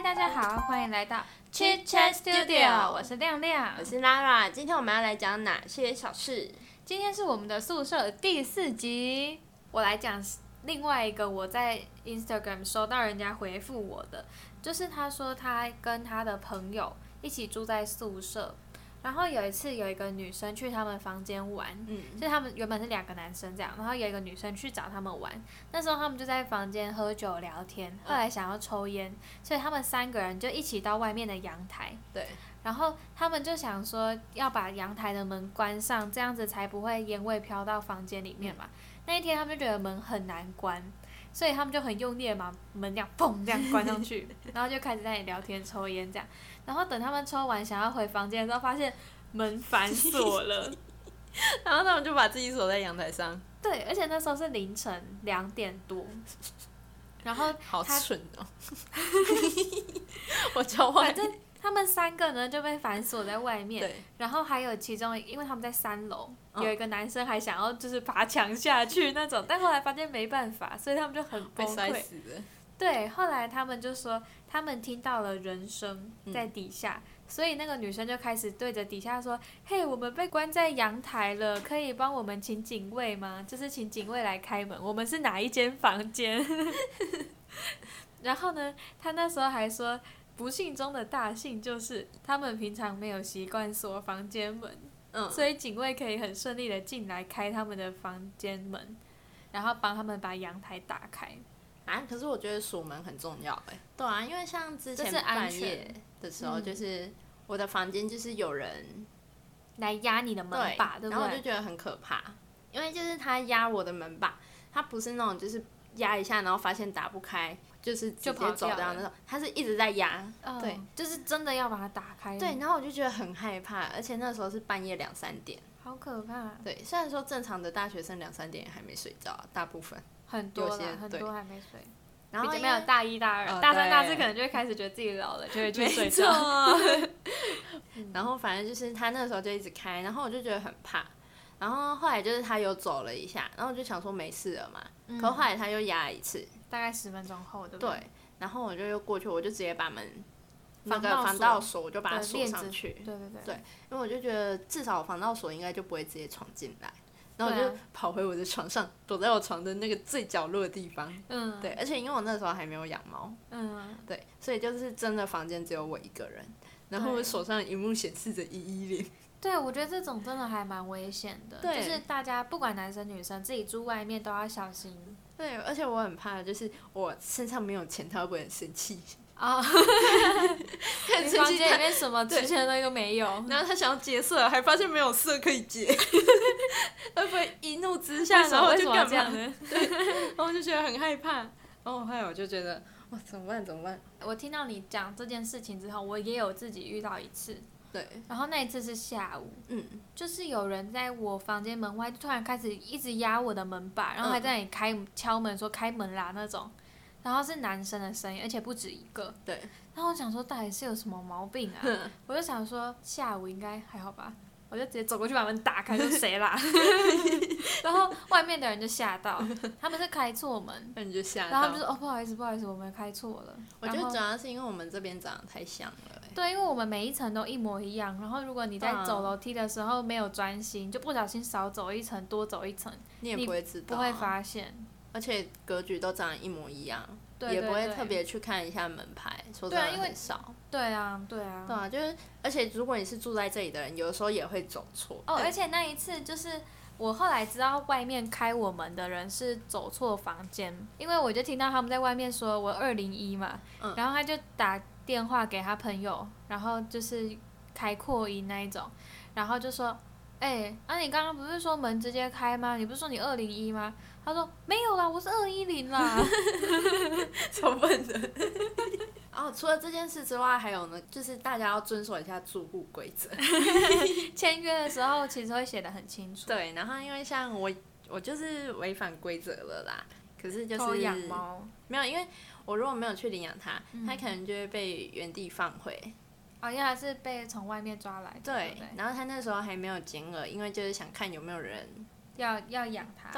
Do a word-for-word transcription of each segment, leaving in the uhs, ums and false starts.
大家好，欢迎来到 Chit Chat Studio， 我是亮亮， 我是 Lara。今天我们要来讲哪些小事？ 今天是我们的宿舍第四集，我来讲另外一个我在 Instagram 收到人家回复我的，就是他说他跟他的朋友一起住在宿舍。然后有一次有一个女生去他们房间玩，嗯，就他们原本是两个男生这样，然后有一个女生去找他们玩，那时候他们就在房间喝酒聊天，后来想要抽烟，所以他们三个人就一起到外面的阳台， 对， 然后他们就想说要把阳台的门关上，这样子才不会烟味飘到房间里面嘛。那一天他们就觉得门很难关，所以他们就很用力的把门这样砰这样关上去，然后就开始在那里聊天抽烟这样。然后等他们抽完想要回房间的时候，发现门反锁了， 然后他们就把自己锁在阳台上。 对，而且那时候是凌晨两点多，然后好蠢哦！我超坏。 反正他们三个呢就被反锁在外面，然后还有其中，因为他们在三楼，嗯、有一个男生还想要就是爬墙下去那种，但后来发现没办法，所以他们就很崩溃。 被摔死了。 对，后来他们就说他们听到了人声在底下，嗯、所以那个女生就开始对着底下说：“嘿，我们被关在阳台了，可以帮我们请警卫吗？就是请警卫来开门，我们是哪一间房间？”然后呢，他那时候还说，不幸中的大幸就是他们平常没有习惯锁房间门，嗯、所以警卫可以很顺利的进来开他们的房间门，然后帮他们把阳台打开。 啊，可是我觉得锁门很重要哎。对啊，因为像之前半夜的时候，就是我的房间就是有人来压你的门把， 对, 对不对？ 然后我就觉得很可怕，因为就是他压我的门把，他不是那种就是压一下然后发现打不开，就是直接走掉那种，他是一直在压， 哦、 对， 就是真的要把它打开。 对，然后我就觉得很害怕，而且那时候是半夜两三点， 好可怕。 对，虽然说正常的大学生两三点还没睡觉，大部分。 很多啦，很多还没睡， 然后比没有大一大二、哦、大三大四可能就会开始觉得自己老了，就会去睡觉。 然后反正就是他那时候就一直开，然后我就觉得很怕。然后后来就是他又走了一下，然后我就想说没事了嘛。嗯、可后来他又压一次， 大概十分钟后，对不对？ 对。然后我就又过去，我就直接把门放个防盗锁，我就把它锁上去。 对对对。 对，因为我就觉得至少防盗锁应该就不会直接闯进来。然后我就跑回我的床上，躲在我床的那个最角落的地方。嗯，对，而且因为我那时候还没有养猫，嗯，对，所以就是真的房间只有我一个人，然后我手上荧幕显示着一一零。 对，我觉得这种真的还蛮危险的，就是大家不管男生女生，自己住外面都要小心。 对，而且我很怕，就是我身上没有钱，他会不会很生气？ 啊、oh, 你房间里面什么值钱的东西都没有， 然后他想要劫色，还发现没有色可以劫，会不会一怒之下然后就干嘛呢？对，然后我就觉得很害怕，然后后来我就觉得哇怎么办怎么办？ 我听到你讲这件事情之后，我也有自己遇到一次， 对， 然后那一次是下午，嗯，就是有人在我房间门外突然开始一直压我的门把，然后还在那里开敲门说开门啦那种。然后是男生的声音，而且不止一个。 对。 然后我想说，到底是有什么毛病啊？我就想说，下午应该还好吧。我就直接走过去把门打开，说谁啦？然后外面的人就吓到，他们是开错门。 那你就吓到。 然后他们就说：“哦，不好意思，不好意思，我们开错了。” 我觉得主要是因为我们这边长得太像了、欸。 对，因为我们每一层都一模一样。然后如果你在走楼梯的时候没有专心，就不小心少走一层，多走一层， 你也不会知道， 不会发现。 而且格局都长得一模一样， 对对对， 也不会特别去看一下门牌，说真的很少。 对啊，对啊， 对啊，就是而且如果你是住在这里的人，有的时候也会走错。 哦，而且那一次就是我后来知道外面开我门的人是走错房间，因为我就听到他们在外面说我二零一嘛、嗯，然后他就打电话给他朋友，然后就是开扩音那一种，然后就说。哎、欸，啊你刚刚不是说门直接开吗？你不是说你二零一吗？他说没有啦，我是二一零啦， 超笨的。哦，除了这件事之外，还有呢，就是大家要遵守一下住户规则。 签约的时候其实会写得很清楚。 对，然后因为像我，我就是违反规则了啦。可是就是偷养猫， 没有，因为我如果没有去领养它，嗯、它可能就会被原地放回。 哦，因为他是被从外面抓来的。 对， 对， 然后他那时候还没有金额，因为就是想看有没有人要要养他。 对，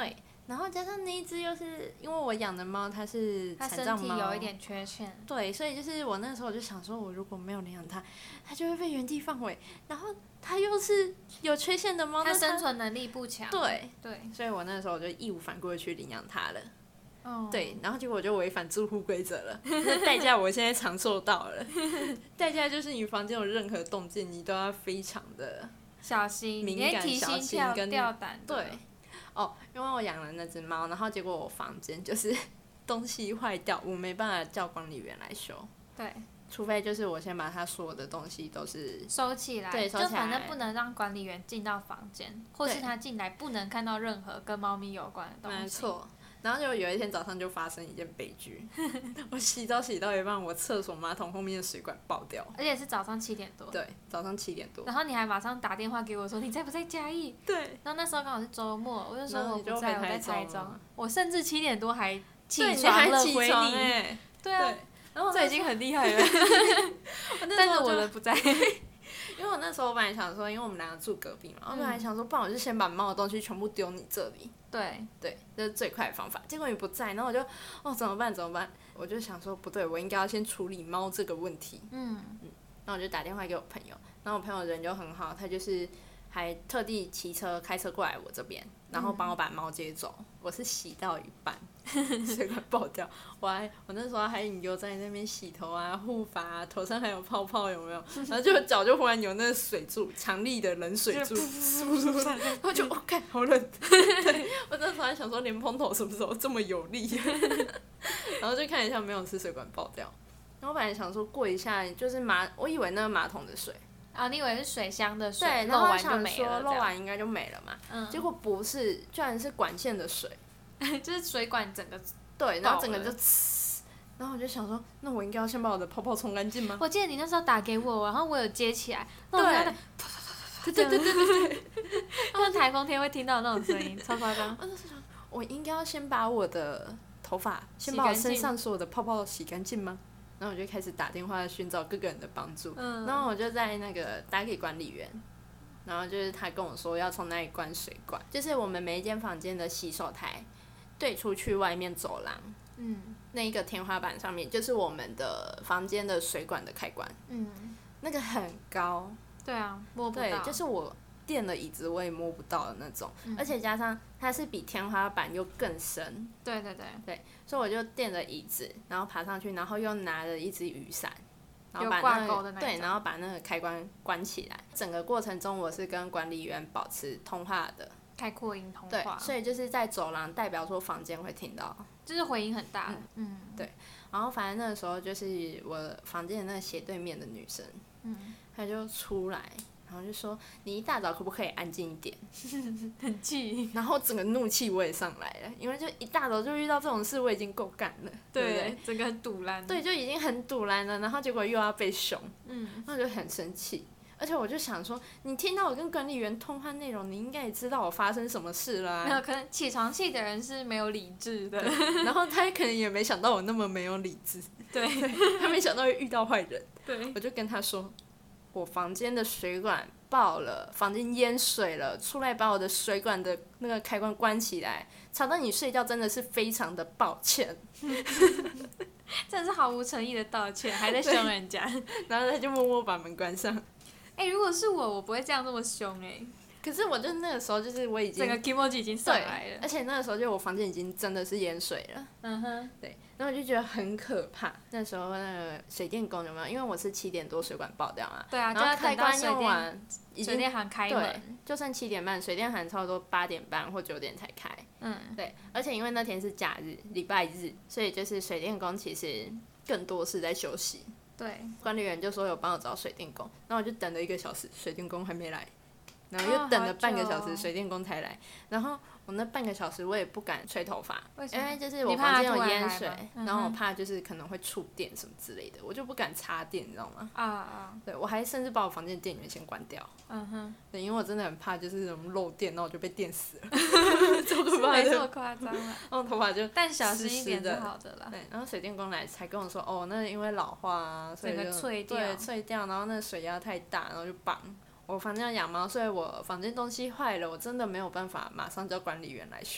然后加上那一只又是因为我养的猫，它是它残障猫， 身体有一点缺陷。 对，所以就是我那时候就想说，我如果没有领养它，它就会被原地放回。然后它又是有缺陷的猫， 它生存能力不强。 对对， 所以我那时候就义无反顾的去领养它了。 哦。 对，然后结果我就违反住户规则了，那代价我现在尝受到了。代价就是你房间有任何动静，你都要非常的小心， 敏感、小心跟吊胆。 对。哦，因为我养了那只猫，然后结果我房间就是东西坏掉，我没办法叫管理员来修。 对。 除非就是我先把它所有的东西都是收起来， 对，收起来， 就反正不能让管理员进到房间，或是他进来不能看到任何跟猫咪有关的东西。 没错。然后就有一天早上就发生一件悲剧，我洗澡洗到一半，我厕所马桶后面的水管爆掉， 而且是早上七点多。 对，早上七点多。 然后你还马上打电话给我说你在不在嘉义？ 对。 然后那时候刚好是周末，我就说我不在，我在台中。我甚至七点多还起床了回你。 欸、 对啊。 然后这已经很厉害了。但是我的不在。 因为我那时候本来想说，因为我们两个住隔壁嘛，我本来想说，不然我就先把猫的东西全部丢你这里。对对，这是最快的方法。结果你不在，然后我就，哦，怎么办？怎么办？我就想说，不对，我应该要先处理猫这个问题。嗯嗯。然后我就打电话给我朋友，然后我朋友人就很好，他就是还特地骑车开车过来我这边，然后帮我把猫接走。嗯、我是洗到一半，水管爆掉，我还我那时候还引诱在那边洗头啊、护发啊，头上还有泡泡，有没有？然后就脚就忽然有那个水柱，强力的冷水柱，然后就我看、哦、好冷。对，我那时候还想说莲蓬头什么时候这么有力？然后就看一下，没有，是水管爆掉。然后我本来想说过一下就是马，我以为那个马桶的水。 啊，你以为是水箱的水， 对， 漏完就没了， 漏完应该就没了嘛。嗯。结果不是，居然是管线的水， 就是水管整个。 对，然后整个就呲，然后我就想说，那我应该要先把我的泡泡冲干净吗？ 我记得你那时候打给我，然后我有接起来，然后我就对对对对对对， 像台风天会听到那种声音，超夸张。 我应该要先把我的头发，先把我身上所有的泡泡洗干净吗？然后我就开始打电话寻找各个人的帮助，嗯、然后我就在那个打给管理员，然后就是他跟我说要从那里关水管，就是我们每一间房间的洗手台对出去外面走廊，嗯，那一个天花板上面就是我们的房间的水管的开关，嗯，那个很高， 对啊，摸不到， 对，就是我垫了椅子我也摸不到的那种，嗯、而且加上它是比天花板又更深， 对对对， 对，所以我就垫着椅子，然后爬上去，然后又拿了一支雨伞，然后把那个对，然后把那个开关关起来。整个过程中我是跟管理员保持通话的， 开扩音通话， 对，所以就是在走廊，代表说房间会听到， 就是回音很大，嗯，嗯对。然后反正那个时候就是我房间的那个斜对面的女生，嗯，她就出来。然后就说你一大早可不可以安静一点？ 很气。 然后整个怒气我也上来了，因为就一大早就遇到这种事，我已经够干了，对不对？ 整个很堵烂。 对，就已经很堵烂了，然后结果又要被凶，嗯，然后就很生气。而且我就想说，你听到我跟管理员通话内容，你应该也知道我发生什么事啦。 没有，可能起床气的人是没有理智的， 然后他可能也没想到我那么没有理智， 对， 他没想到会遇到坏人。 对， 我就跟他说。我房间的水管爆了，房间淹水了，出来把我的水管的那个开关关起来，吵到你睡觉真的是非常的抱歉。 真的是毫无诚意的道歉，还在凶人家。 然后他就默默把门关上。 哎、欸，如果是我，我不会这样这么凶哎、欸。 可是我就那个时候就是我已经整个 kimoji 已经上来了， 而且那个时候就我房间已经真的是淹水了。嗯哼，对，然后我就觉得很可怕。那时候那个水电工有没有？因为我是七点多水管爆掉嘛， 对啊， 然后开关用完， 水电行开门， 就剩七点半，水电行差不多八点半或九点才开。嗯，对，而且因为那天是假日，礼拜日，所以就是水电工其实更多是在休息。 对， 管理员就说有帮我找水电工，然后我就等了一个小时，水电工还没来。然后又等了半个小时，水电工才来。然后我那半个小时我也不敢吹头发，因为就是我房间有淹水，然后我怕就是可能会触电什么之类的，我就不敢插电，你知道吗？啊啊！对，我还甚至把我房间的电源先关掉。嗯哼。对，因为我真的很怕就是那种漏电，然后我就被电死了。超可怕的。 没这么夸张啦。 然后头发就但小心一点是好的啦。 对，然后水电工来才跟我说，哦，那因为老化啊，所以就脆掉， 对，脆掉，然后那水压太大，然后就绑。我房间养猫，所以我房间东西坏了，我真的没有办法马上叫管理员来修。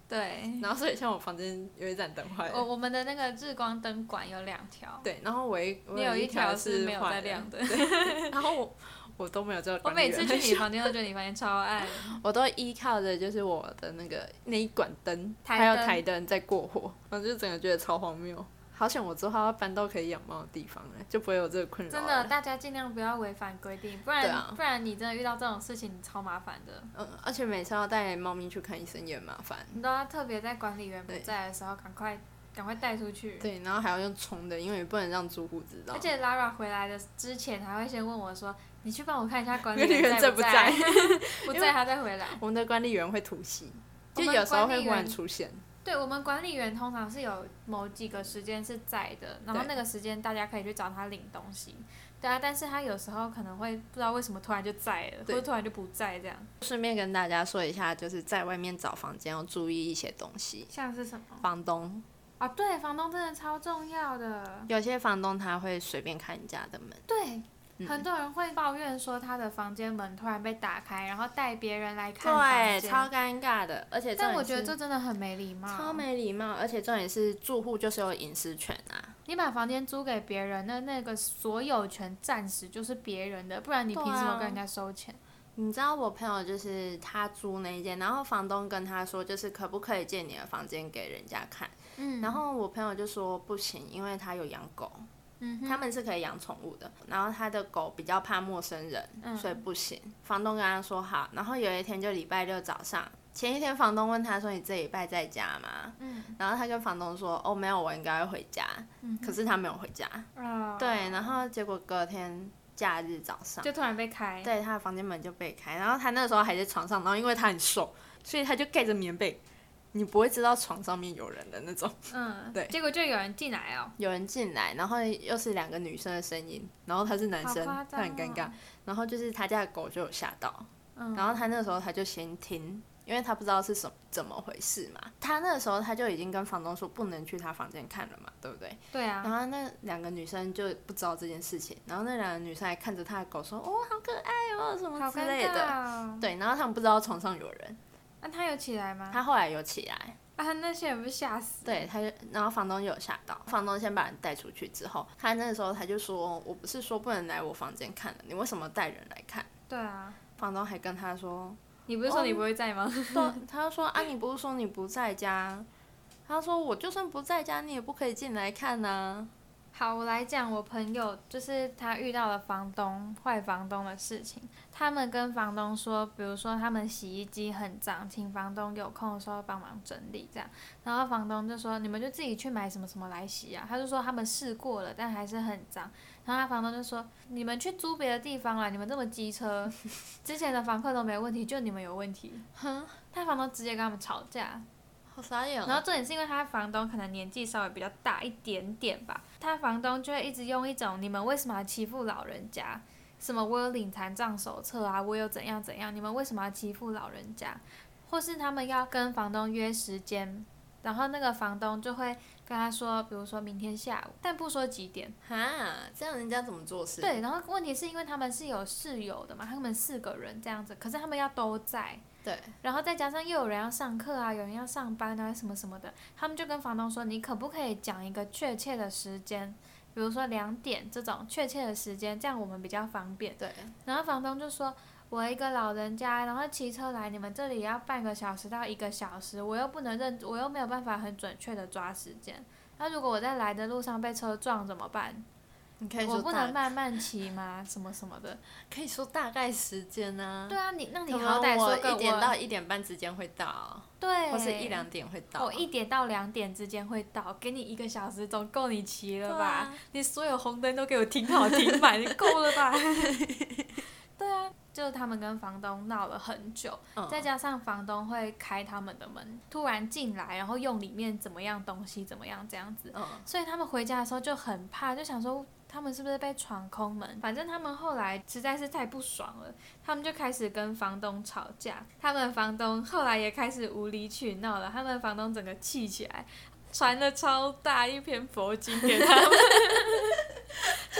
对。 然后所以像我房间有一盏灯坏了。 我我们的那个日光灯管有两条。 对，然后我一我你有一条是没有在亮的。 对。然后我我都没有这个管理员。 我每次去你房间都觉得你房间超暗。 我都依靠着就是我的那个那一管灯，还有台灯在过活，我就整个觉得超荒谬。好想我之后要搬到可以养猫的地方了，就不会有这个困扰。 真的，大家尽量不要违反规定，不然、啊、不然你真的遇到这种事情，你超麻烦的。 嗯，而且每次要带猫咪去看医生也很麻烦。 你都要特别在管理员不在的时候，赶快赶快带出去。 对，然后还要用冲的，因为也不能让住户知道。 而且 Lara 回来的之前还会先问我说：“你去帮我看一下管理员在不在？ 不在，他再回来。” 我们的管理员会突袭，就有时候会忽然出现。 对，我们管理员通常是有某几个时间是在的，然后那个时间大家可以去找他领东西。对啊，但是他有时候可能会不知道为什么突然就在了，或者突然就不在这样。 顺便跟大家说一下，就是在外面找房间要注意一些东西。 像是什么？ 房东。 啊，对，房东真的超重要的。 有些房东他会随便开你家的门。 对。很多人会抱怨说他的房间门突然被打开，然后带别人来看房间， 对，超尴尬的，而且但我觉得这真的很没礼貌， 超没礼貌，而且重点是住户就是有隐私权啊。 你把房间租给别人，那那个所有权暂时就是别人的，不然你凭什么跟人家收钱？啊、 你知道我朋友就是他租那一间，然后房东跟他说，就是可不可以借你的房间给人家看？嗯，然后我朋友就说不行，因为他有养狗。嗯、他们是可以养宠物的，然后他的狗比较怕陌生人，嗯、所以不行。房东跟他说好，然后有一天就礼拜六早上，前一天房东问他说：“你这礼拜在家吗？”嗯、然后他跟房东说：“哦，没有，我应该会回家。嗯”可是他没有回家。哦、对，然后结果隔天假日早上就突然被开， 对，他的房间门就被开，然后他那个时候还在床上，然后因为他很瘦，所以他就盖着棉被。你不会知道床上面有人的那种， 嗯， 对， 结果就有人进来哦， 有人进来，然后又是两个女生的声音，然后他是男生， 哦、 他很尴尬，然后就是他家的狗就有吓到，嗯、然后他那个时候他就先听，因为他不知道是什么怎么回事嘛，他那个时候他就已经跟房东说不能去他房间看了嘛，对不对？ 对啊。 然后那两个女生就不知道这件事情，然后那两个女生还看着他的狗说：“哦，好可爱哦，什么之类的。 哦” 对，然后他们不知道床上有人。 那、啊、他有起来吗？ 他后来有起来。 啊，那些人不吓死？ 对，他就，然后房东就有吓到，房东先把人带出去之后，他那个时候他就说：“我不是说不能来我房间看的，你为什么带人来看？” 对啊。 房东还跟他说：“ 你不是说你不会在吗？” 哦、对，他就说：“啊，你不是说你不在家？”他说：“我就算不在家，你也不可以进来看啊。” 好，我来讲我朋友就是他遇到了房东坏房东的事情。他们跟房东说，比如说他们洗衣机很脏，请房东有空的时候帮忙整理这样。然后房东就说：“你们就自己去买什么什么来洗啊。”他就说他们试过了，但还是很脏。然后他房东就说：“你们去租别的地方啦，你们这么机车，之前的房客都没问题，就你们有问题。”哼，他房东直接跟他们吵架。 好傻眼哦。 然后重点是因为他房东可能年纪稍微比较大一点点吧，他房东就会一直用一种你们为什么要欺负老人家，什么我有领残障手册啊，我有怎样怎样，你们为什么要欺负老人家，或是他们要跟房东约时间，然后那个房东就会跟他说，比如说明天下午，但不说几点。 哈，这样人家怎么做事？ 对，然后问题是因为他们是有室友的嘛，他们四个人这样子，可是他们要都在。 对， 然后再加上又有人要上课啊，有人要上班啊，什么什么的，他们就跟房东说，你可不可以讲一个确切的时间，比如说两点这种确切的时间，这样我们比较方便。 对。 然后房东就说，我一个老人家，然后骑车来你们这里要半个小时到一个小时，我又不能认，我又没有办法很准确的抓时间。那如果我在来的路上被车撞怎么办？ 你可以说我不能慢慢骑吗？什么什么的， 可以说大概时间啊。 对啊，你那你好歹说个我一点到一点半之间会到， 对， 或是一两点会到。 我一点到两点之间会到，给你一个小时总够你骑了吧？ 啊、 你所有红灯都给我停好停满，你够了吧？对啊，就是他们跟房东闹了很久，嗯、再加上房东会开他们的门，突然进来，然后用里面怎么样东西怎么样这样子，嗯、所以他们回家的时候就很怕，就想说他们是不是被闯空门？反正他们后来实在是太不爽了，他们就开始跟房东吵架。他们房东后来也开始无理取闹了，他们房东整个气起来，传了超大一篇佛经给他们。 就是什么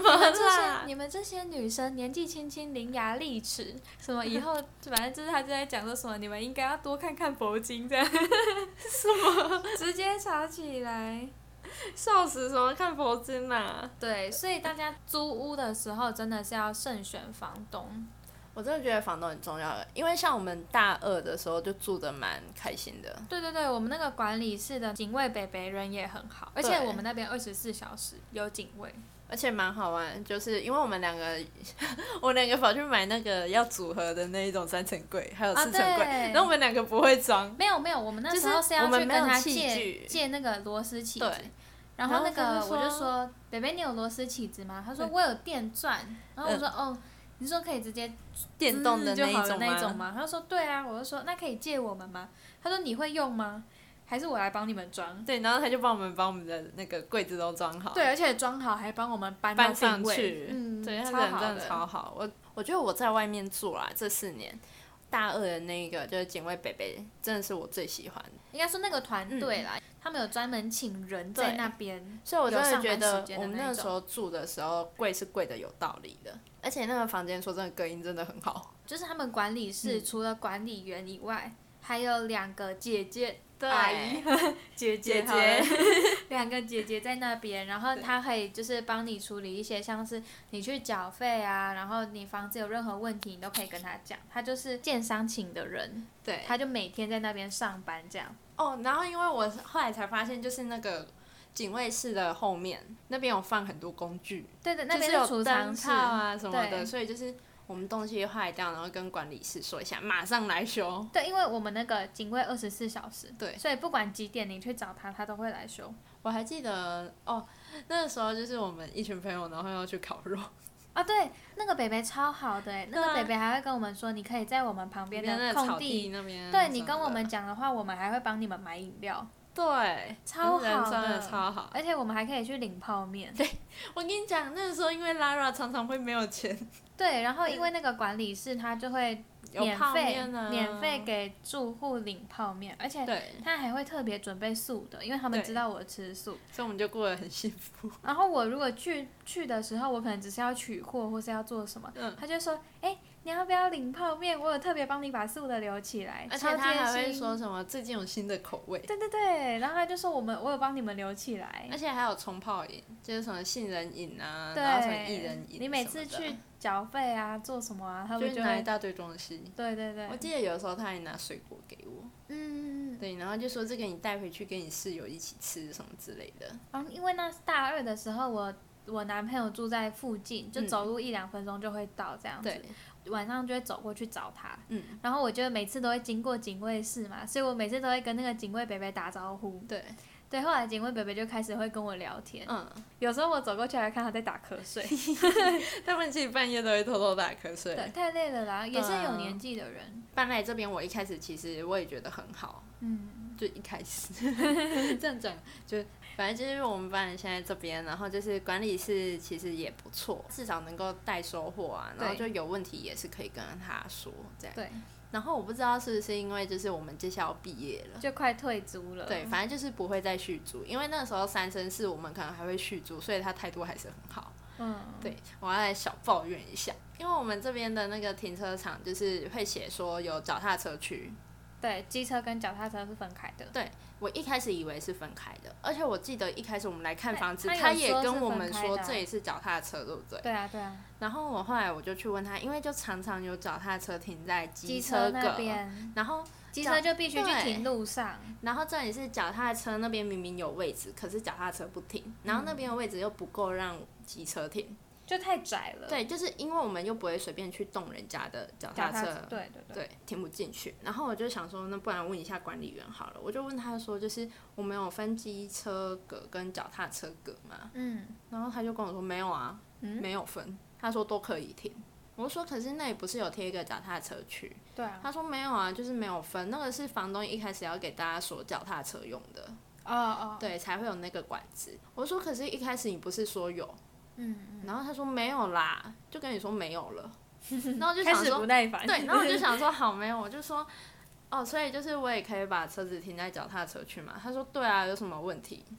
么啦？你们这些啦？ 你们这些女生年纪轻轻伶牙俐齿，什么以后反正就是他就在讲说什么你们应该要多看看佛经这样， 什么？ 直接吵起来。 笑死！什么看佛经啊？ 对，所以大家租屋的时候真的是要慎选房东。 我真的觉得房东很重要的，因为像我们大二的时候就住得蛮开心的。 对对对，我们那个管理室的警卫北北人也很好，而且我们那边二十四小时有警卫。 而且蛮好玩，就是因为我们两个，我们两个跑去买那个要组合的那一种三层柜，还有四层柜， 啊、 然后我们两个不会装。 没有没有，我们那时候是要去跟他借、 就是、 借那个螺丝起子。 对。 然后那个我就说，北北你有螺丝起子吗？他说我有电钻。然后我说、嗯、哦，你说可以直接电动的那一种那种吗？他说对啊，我就说那可以借我们吗？他说你会用吗？还是我来帮你们装？ 对，然后他就帮我们把我们的那个柜子都装好。 对，而且装好还帮我们搬搬上去。 嗯， 对，他人真的超好。我我觉得我在外面住啦，这四年，大二的那个就是警卫北北，真的是我最喜欢的。 应该说那个团队啦、嗯，他们有专门请人在那边， 所以我真的觉得我们那时候住的时候贵是贵的有道理的，而且那个房间说真的隔音真的很好。 就是他们管理室、嗯、除了管理员以外，还有两个姐姐。 阿姨，姐姐姐，两个姐姐在那边，然后她可以就是帮你处理一些像是你去缴费啊，然后你房子有任何问题，你都可以跟她讲。她就是建商请的人， 对， 她就每天在那边上班这样。 哦，然后因为我后来才发现，就是那个警卫室的后面那边有放很多工具， 对的，那边是储藏室啊什么的，所以就是。我们东西坏掉，然后跟管理室说一下，马上来修。 对，因为我们那个警卫二十四小时， 对， 所以不管几点你去找他，他都会来修。 我还记得哦，那个时候就是我们一群朋友，然后要去烤肉。 啊，对，那个北北超好的哎，那个北北还会跟我们说，你可以在我们旁边的空地那边， 对你跟我们讲的话，我们还会帮你们买饮料。 对， 超好的， 真的超好， 而且我们还可以去领泡面。 对，我跟你讲，那个时候因为 Lara 常常会没有钱。 对，然后因为那个管理室他就会免费、啊、免费给住户领泡面，而且他还会特别准备素的，因为他们知道我吃素， 所以我们就过得很幸福。 然后我如果去去的时候，我可能只是要取货或是要做什么，嗯、他就说，哎、欸。你要不要领泡面？我有特别帮你把素的留起来， 而且他还会说什么最近有新的口味。 对对对，然后他就说我们我有帮你们留起来， 而且还有冲泡饮，就是什么杏仁饮啊，然后什么薏仁饮。 你每次去缴费啊，做什么啊，他们就拿一大堆东西。 对对对。 我记得有的时候他还拿水果给我。嗯。对，然后就说这个你带回去跟你室友一起吃什么之类的。 啊，因为那大二的时候我我男朋友住在附近，就走路一两分钟就会到这样子。对。晚上就会走过去找他，嗯，然后我就每次都会经过警卫室嘛，所以我每次都会跟那个警卫北北打招呼。对，对，后来警卫北北就开始会跟我聊天，嗯，有时候我走过去还看他在打瞌睡， 他们其实半夜都会偷偷打瞌睡。 对，太累了啦，也是有年纪的人。 搬来这边，我一开始其实我也觉得很好，嗯，就一开始这样讲就。反正就是我们班现在这边，然后就是管理室其实也不错，至少能够带收货啊，然后就有问题也是可以跟他说这样。对。然后我不知道是不是因为就是我们接下来要毕业了， 就快退租了。 对，反正就是不会再续租，因为那个时候三生四我们可能还会续租，所以他态度还是很好。嗯。对，我要来小抱怨一下，因为我们这边的那个停车场就是会写说有脚踏车区。 对，机车跟脚踏车是分开的。 对，我一开始以为是分开的，而且我记得一开始我们来看房子，他也跟我们说这也是脚踏车，对不对？ 对啊，对啊。 然后我后来我就去问他，因为就常常有脚踏车停在机车格那边，然后机车就必须去停路上。 然后这里是脚踏车那边明明有位置，可是脚踏车不停，然后那边的位置又不够让机车停。 就太窄了。 对，就是因为我们又不会随便去动人家的脚踏车， 对对对， 对，停不进去。然后我就想说，那不然问一下管理员好了。我就问他说，就是我们有分机车格跟脚踏车格嘛？嗯。然后他就跟我说没有啊，嗯、没有分。他说都可以停。我就说可是那里不是有贴一个脚踏车区？对啊。他说没有啊，就是没有分，那个是房东一开始要给大家锁脚踏车用的。哦哦。对，才会有那个管子。我说可是一开始你不是说有？嗯，然后他说没有啦，就跟你说没有了，然后我就想说， 开始不耐烦， 对，然后我就想说好没有，我就说，哦，所以就是我也可以把车子停在脚踏车区嘛？他说对啊，有什么问题？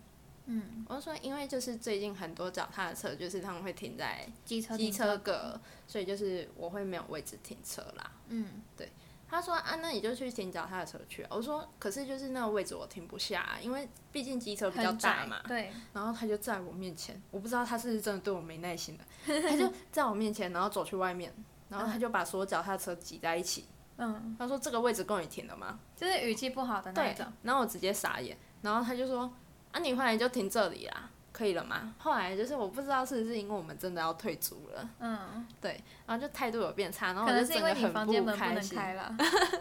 嗯，我就说因为就是最近很多脚踏车就是他们会停在机车机车格，所以就是我会没有位置停车啦。嗯，对。他说啊，那你就去停脚踏车去啊。我说可是就是那个位置我停不下、啊，因为毕竟机车比较大嘛。 对。 然后他就在我面前，我不知道他是不是真的对我没耐心的，他就在我面前，然后走去外面，然后他就把所有脚踏车挤在一起。嗯。他说这个位置够你停了吗？ 就是语气不好的那种。 然后我直接傻眼，然后他就说啊，你后来就停这里啦。可以了吗？后来就是我不知道是不是因为我们真的要退租了，嗯，对，然后就态度有变差，然后我就整个很不开心。可能是因为你房间门不能开了，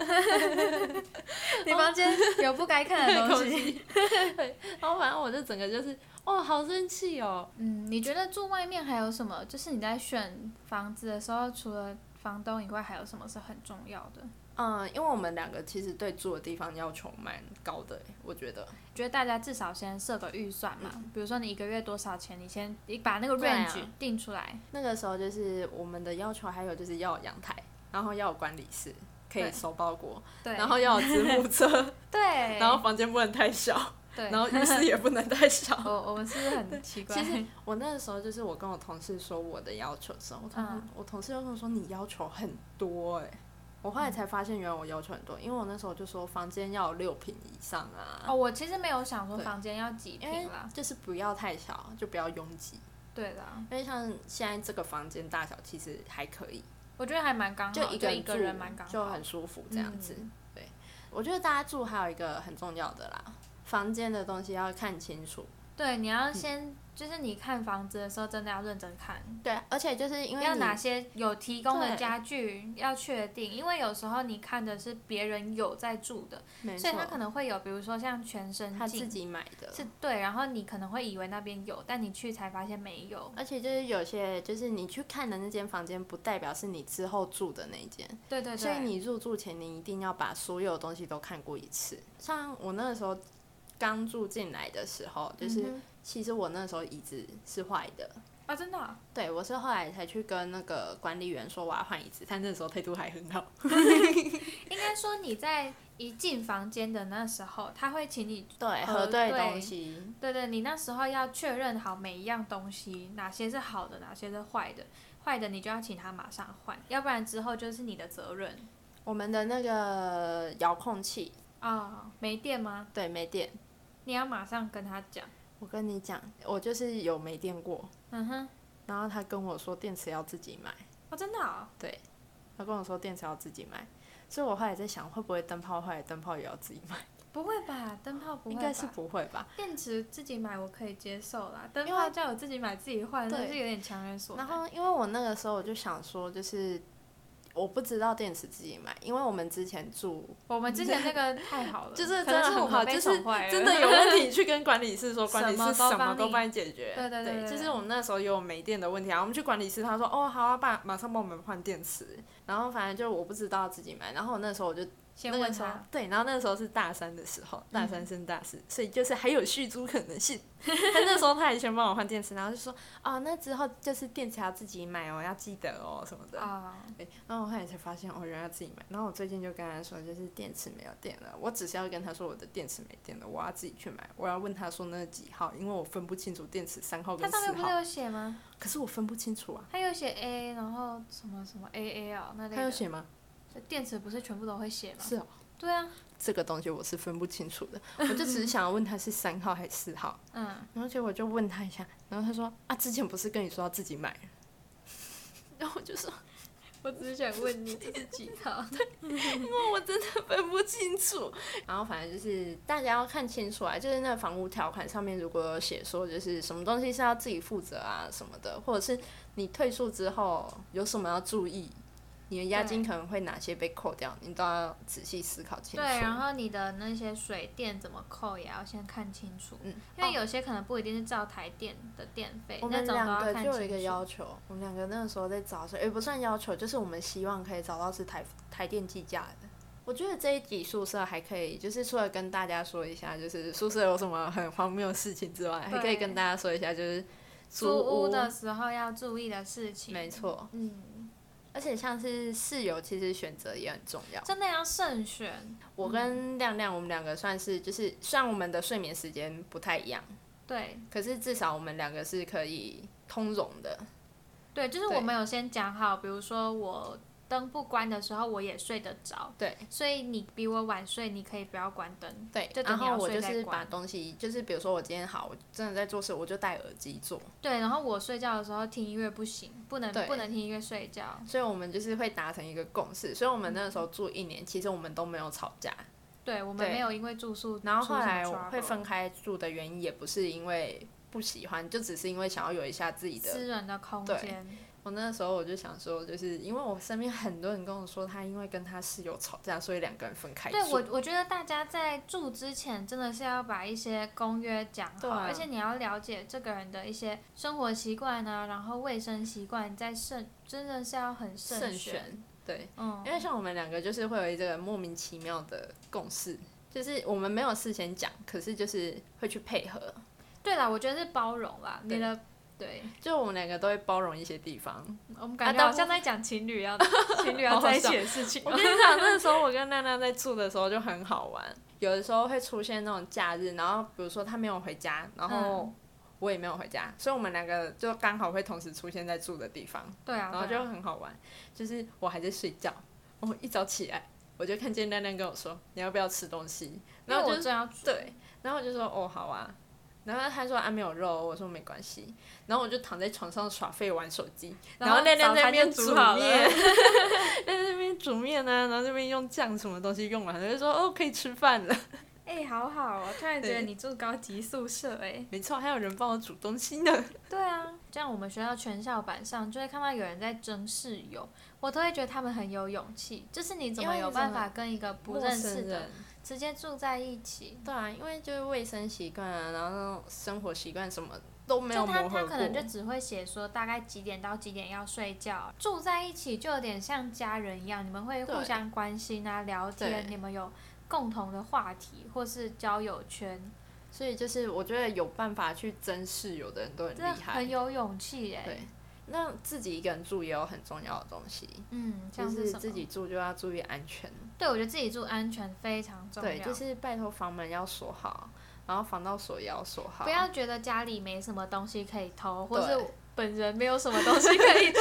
你房间有不该看的东西，对，然后反正我就整个就是哦，好生气哦。 嗯，你觉得住外面还有什么？就是你在选房子的时候，除了房东以外，还有什么是很重要的？ 嗯，因为我们两个其实对住的地方要求蛮高的，我觉得。 觉得大家至少先设个预算嘛，嗯、比如说你一个月多少钱，你先你把那个 range 定出来、啊。 那个时候就是我们的要求，还有就是要有阳台，然后要有管理室，可以收包裹，然后要有子母车， 对， 然后房间不能太小。对，然后浴室也不能太小。 我我们是不是很奇怪？ 其实我那个时候就是我跟我同事说我的要求的时候，我同、嗯、我同事就跟我说你要求很多哎、欸。我后来才发现，原来我要求很多，因为我那时候就说房间要有六坪以上啊。 哦，我其实没有想说房间要几坪啦， 就是不要太小，就不要拥挤。 对啦， 因为像现在这个房间大小其实还可以， 我觉得还蛮刚好， 就一个人住一个人蛮刚好， 就很舒服这样子。嗯、对，我觉得大家住还有一个很重要的啦，房间的东西要看清楚。 对，你要先、嗯、就是你看房子的时候，真的要认真看。 对，而且就是因为要哪些有提供的家具要确定，因为有时候你看的是别人有在住的，所以他可能会有，比如说像全身镜， 他自己买的， 是对，然后你可能会以为那边有，但你去才发现没有。 而且就是有些，就是你去看的那间房间，不代表是你之后住的那间。 对对对。 所以你入住前，你一定要把所有东西都看过一次。像我那个时候刚住进来的时候，就是、嗯、其实我那时候椅子是坏的啊，真的、啊？ 对，我是后来才去跟那个管理员说我要换椅子，他那时候态度还很好。 应该说你在一进房间的那时候，他会请你对核对东西， 对对，你那时候要确认好每一样东西哪些是好的，哪些是坏的，坏的你就要请他马上换，要不然之后就是你的责任。 我们的那个遥控器啊、哦，没电吗？ 对，没电。 你要马上跟他讲。 我跟你讲，我就是有没电过。嗯哼。然后他跟我说电池要自己买。 哦，真的啊、哦？ 对，他跟我说电池要自己买，所以我后来在想，会不会灯泡坏，灯泡也要自己买？ 不会吧，灯泡不会吧？ 应该是不会吧。 电池自己买我可以接受啦，灯泡叫我自己买自己换，那是有点强人所难。 然后因为我那个时候我就想说，就是我不知道电池自己买，因为我们之前住， 我们之前那个太好了， 就是真的很好，就是真的有问题去跟管理室说，管理室什么都帮你解决。 对对 对, 对，就是我们那时候有没电的问题啊，我们去管理室，他说哦好啊，爸马上帮我们换电池，然后反正就我不知道自己买，然后我那时候我就。 先问他、那個、 对，然后那个时候是大三的时候，大三升大四、嗯，所以就是还有续租可能性。但那时候他还先帮我换电池，然后就说哦，那之后就是电池要自己买哦，要记得哦什么的。啊、哦。对，然后我后来才发现哦，原来要自己买。然后我最近就跟他说，就是电池没有电了，我只是要跟他说我的电池没电了，我要自己去买。我要问他说那是几号，因为我分不清楚电池三号跟四号。 他上面不是有写吗？ 可是我分不清楚啊。 他有写 A， 然后什么什么 A A 啊，那类的。 他有写吗？ 电池不是全部都会写吗？ 是哦。 对啊， 这个东西我是分不清楚的，我就只是想要问他是三号还是四号，嗯，然后结果我就问他一下，然后他说啊，之前不是跟你说要自己买，然后我就说， 我只是想问你这是几号， 因为我真的分不清楚，然后反正就是大家要看清楚啊，就是那个房屋条款上面如果有写说就是什么东西是要自己负责啊什么的，或者是你退宿之后有什么要注意。你的押金可能会哪些被扣掉，你都要仔细思考清楚。 对，然后你的那些水电怎么扣也要先看清楚，嗯，因为有些可能不一定是照台电的电费， 我们两个就有一个要求，我们两个那个时候在找的时候，也不算要求，就是我们希望可以找到是台台电计价的。我觉得这一集宿舍还可以，就是除了跟大家说一下，就是宿舍有什么很荒谬的事情之外，还可以跟大家说一下，就是租屋的时候要注意的事情。 没错，嗯。而且像是室友，其实选择也很重要， 真的要慎选。 我跟亮亮，我们两个算是就是，虽然我们的睡眠时间不太一样， 对。 可是至少我们两个是可以通融的。 对，就是我们有先讲好，比如说我灯不关的时候我也睡得着， 对， 所以你比我晚睡，你可以不要关灯， 对， 就然后我就是把东西，就是比如说我今天好，我真的在做事，我就戴耳机做。 对，然后我睡觉的时候听音乐不行，不能不能听音乐睡觉。 所以我们就是会达成一个共识，所以我们那个时候住一年，嗯、其实我们都没有吵架。 对，我们没有因为住宿， 然后后来会分开住的原因也不是因为不喜欢，就只是因为想要有一下自己的私人的空间。 我那时候我就想说，就是因为我身边很多人跟我说，他因为跟他室友吵架，所以两个人分开住。 对，我我觉得大家在住之前真的是要把一些公约讲好，啊、而且你要了解这个人的一些生活习惯啊，然后卫生习惯，在慎真的是要很慎选。 对，嗯，因为像我们两个就是会有一个莫名其妙的共识，就是我们没有事先讲，可是就是会去配合。 对啦，我觉得是包容啦，你的。对， 就我们两个都会包容一些地方。 我们感觉好像在讲情侣要情侣要在一起的事情。 我跟你讲，那时候我跟娜娜在住的时候就很好玩，有的时候会出现那种假日，然后比如说他没有回家，然后我也没有回家，嗯、所以我们两个就刚好会同时出现在住的地方。 对啊， 然后就很好玩，就是我还在睡觉，我一早起来我就看见娜娜跟我说你要不要吃东西，然后我就这样煮。 对，然后我就说哦好啊。然后他说啊没有肉，我说没关系，然后我就躺在床上耍废玩手机，然后亮亮在那边煮面，在那边煮面啊，然后那边用酱什么东西用完，他就说哦可以吃饭了。 哎、欸，好好哦！突然觉得你住高级宿舍哎、欸。 没错，还有人帮我煮东西呢。 对啊，这样我们学校全校板上就会看到有人在争室友，我都会觉得他们很有勇气。就是你怎么有办法跟一个不认识的直接住在一起？ 对啊，因为就是卫生习惯啊，然后那种生活习惯什么都没有磨合过。 就他他可能就只会写说大概几点到几点要睡觉，住在一起就有点像家人一样，你们会互相关心啊，聊天，你们有共同的话题或是交友圈， 所以就是我觉得有办法去争室友的人都很厉害， 很有勇气耶。 对，那自己一个人住也有很重要的东西， 嗯，像是什么？就是自己住就要注意安全。 对，我觉得自己住安全非常重要。 对，就是拜托房门要锁好，然后防盗锁也要锁好。 不要觉得家里没什么东西可以偷，或是本人没有什么东西可以偷，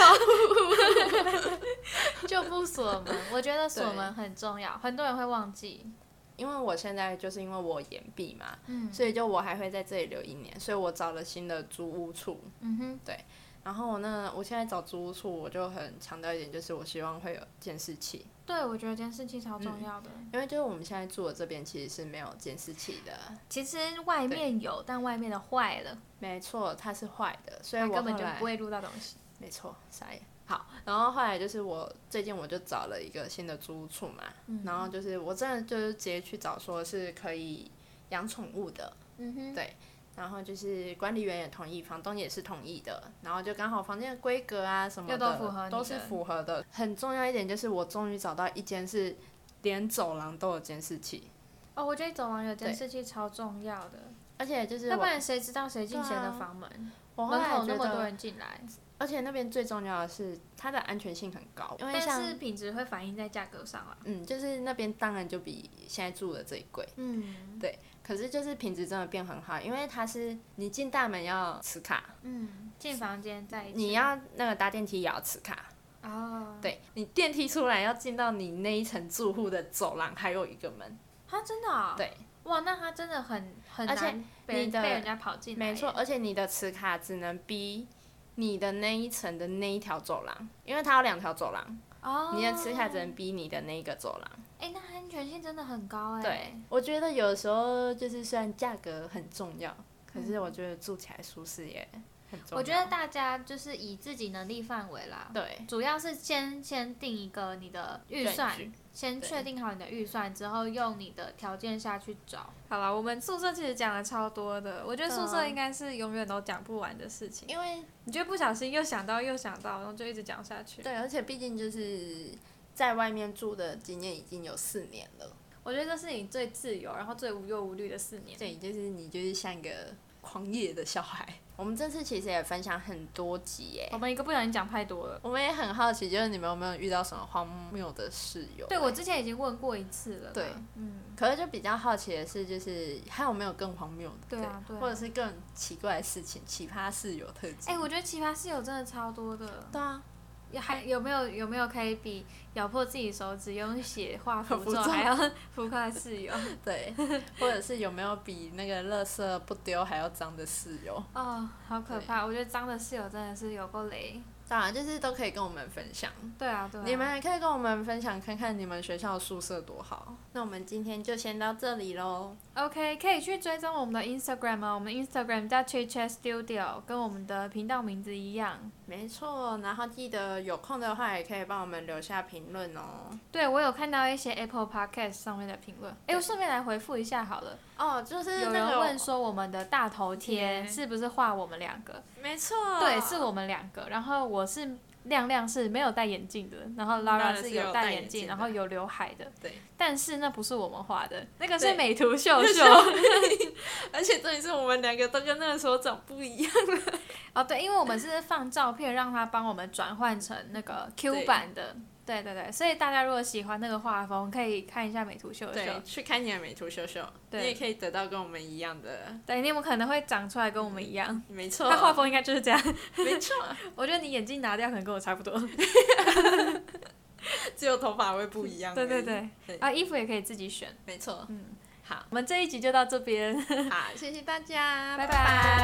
就不锁门。我觉得锁门很重要，很多人会忘记。 因为我现在就是因为我延毕嘛、嗯，所以就我还会在这里留一年，所以我找了新的租屋处。嗯哼，对。然后呢，我现在找租屋处，我就很强调一点，就是我希望会有监视器。 对，我觉得监视器超重要的、 嗯。因为就是我们现在住的这边其实是没有监视器的。 其实外面有，但外面的坏了。 没错，它是坏的，所以我根本就不会录到东西。 没错，傻眼。好，然后后来就是我最近我就找了一个新的租屋处嘛、嗯，然后就是我真的就是直接去找说是可以养宠物的，嗯哼，对，然后就是管理员也同意，房东也是同意的，然后就刚好房间的规格啊什么的都符合， 都是符合的。很重要一点就是我终于找到一间是连走廊都有监视器。 哦，我觉得走廊有监视器超重要的， 而且就是要不然谁知道谁进谁的房门？ 我门口那么多人进来。 而且那边最重要的是它的安全性很高，因为像但是品质会反映在价格上啦。 嗯，就是那边当然就比现在住的这里贵。嗯，对。可是就是品质真的变很好，因为它是你进大门要持卡， 嗯，进房间再你要那个搭电梯也要持卡。哦。对，你电梯出来要进到你那一层住户的走廊还有一个门。 啊，真的啊、哦？ 对。 哇，那它真的很很难被被人家跑进来。 没错，而且你的持卡只能逼你的那一层的那一条走廊，因为它有两条走廊， oh, 你的持卡只能逼你的那一个走廊。 哎、欸，那安全性真的很高哎。 对，我觉得有时候就是虽然价格很重要，可是我觉得住起来舒适也很重要。 我觉得大家就是以自己能力范围啦， 对， 主要是先先定一个你的预算。先确定好你的预算之后，用你的条件下去找。好啦，我们宿舍其实讲了超多的，我觉得宿舍应该是永远都讲不完的事情。 因为你就不小心又想到又想到，然后就一直讲下去。 对，而且毕竟就是在外面住的经验已经有四年了。 我觉得这是你最自由，然后最无忧无虑的四年。 对，就是你就是像一个狂野的小孩。我们这次其实也分享很多集耶， 我们一个不小心讲太多了。 我们也很好奇，就是你们有没有遇到什么荒谬的室友？ 对，我之前已经问过一次了。 对，嗯。可是就比较好奇的是，就是还有没有更荒谬的？ 对啊，对啊。 或者是更奇怪的事情，奇葩室友特辑。 哎、欸，我觉得奇葩室友真的超多的。 对啊。 还有没有有没有可以比咬破自己手指用血画符咒还要浮夸的室友？ 对，或者是有没有比那个垃圾不丢还要脏的室友？ 哦，好可怕！我觉得脏的室友真的是有够雷。 当然，就是都可以跟我们分享。 对啊，对啊。 你们也可以跟我们分享，看看你们学校的宿舍多好。那我们今天就先到这里咯。 OK， 可以去追踪我们的 Instagram 啊，我们 Instagram 叫 Chit Chat Studio， 跟我们的频道名字一样。 没错，然后记得有空的话也可以帮我们留下评论哦。 对，我有看到一些 Apple Podcast 上面的评论，哎，我顺便来回复一下好了。 哦，就是、那个、 有人问说我们的大头贴是不是画我们两个？ 没错。 对，是我们两个。然后我是亮亮是没有戴眼镜的，然后 Lara 是有戴眼镜，然后有刘海的。 对。 但是那不是我们画的，那个是美图秀秀。 而且这里是我们两个都跟那个时候长不一样了。 哦，对，因为我们是放照片让他帮我们转换成那个 Q 版的。对对对，所以大家如果喜欢那个画风，可以看一下美图秀秀。 对，去看你的美图秀秀，你也可以得到跟我们一样的。 对，你有可能会长出来跟我们一样。 没错。 他画风应该就是这样。 没错。 我觉得你眼镜拿掉，可能跟我差不多。 只有头发会不一样。 对对对。对啊，衣服也可以自己选。 没错。嗯。好， 我们这一集就到这边。 好，谢谢大家， 拜拜。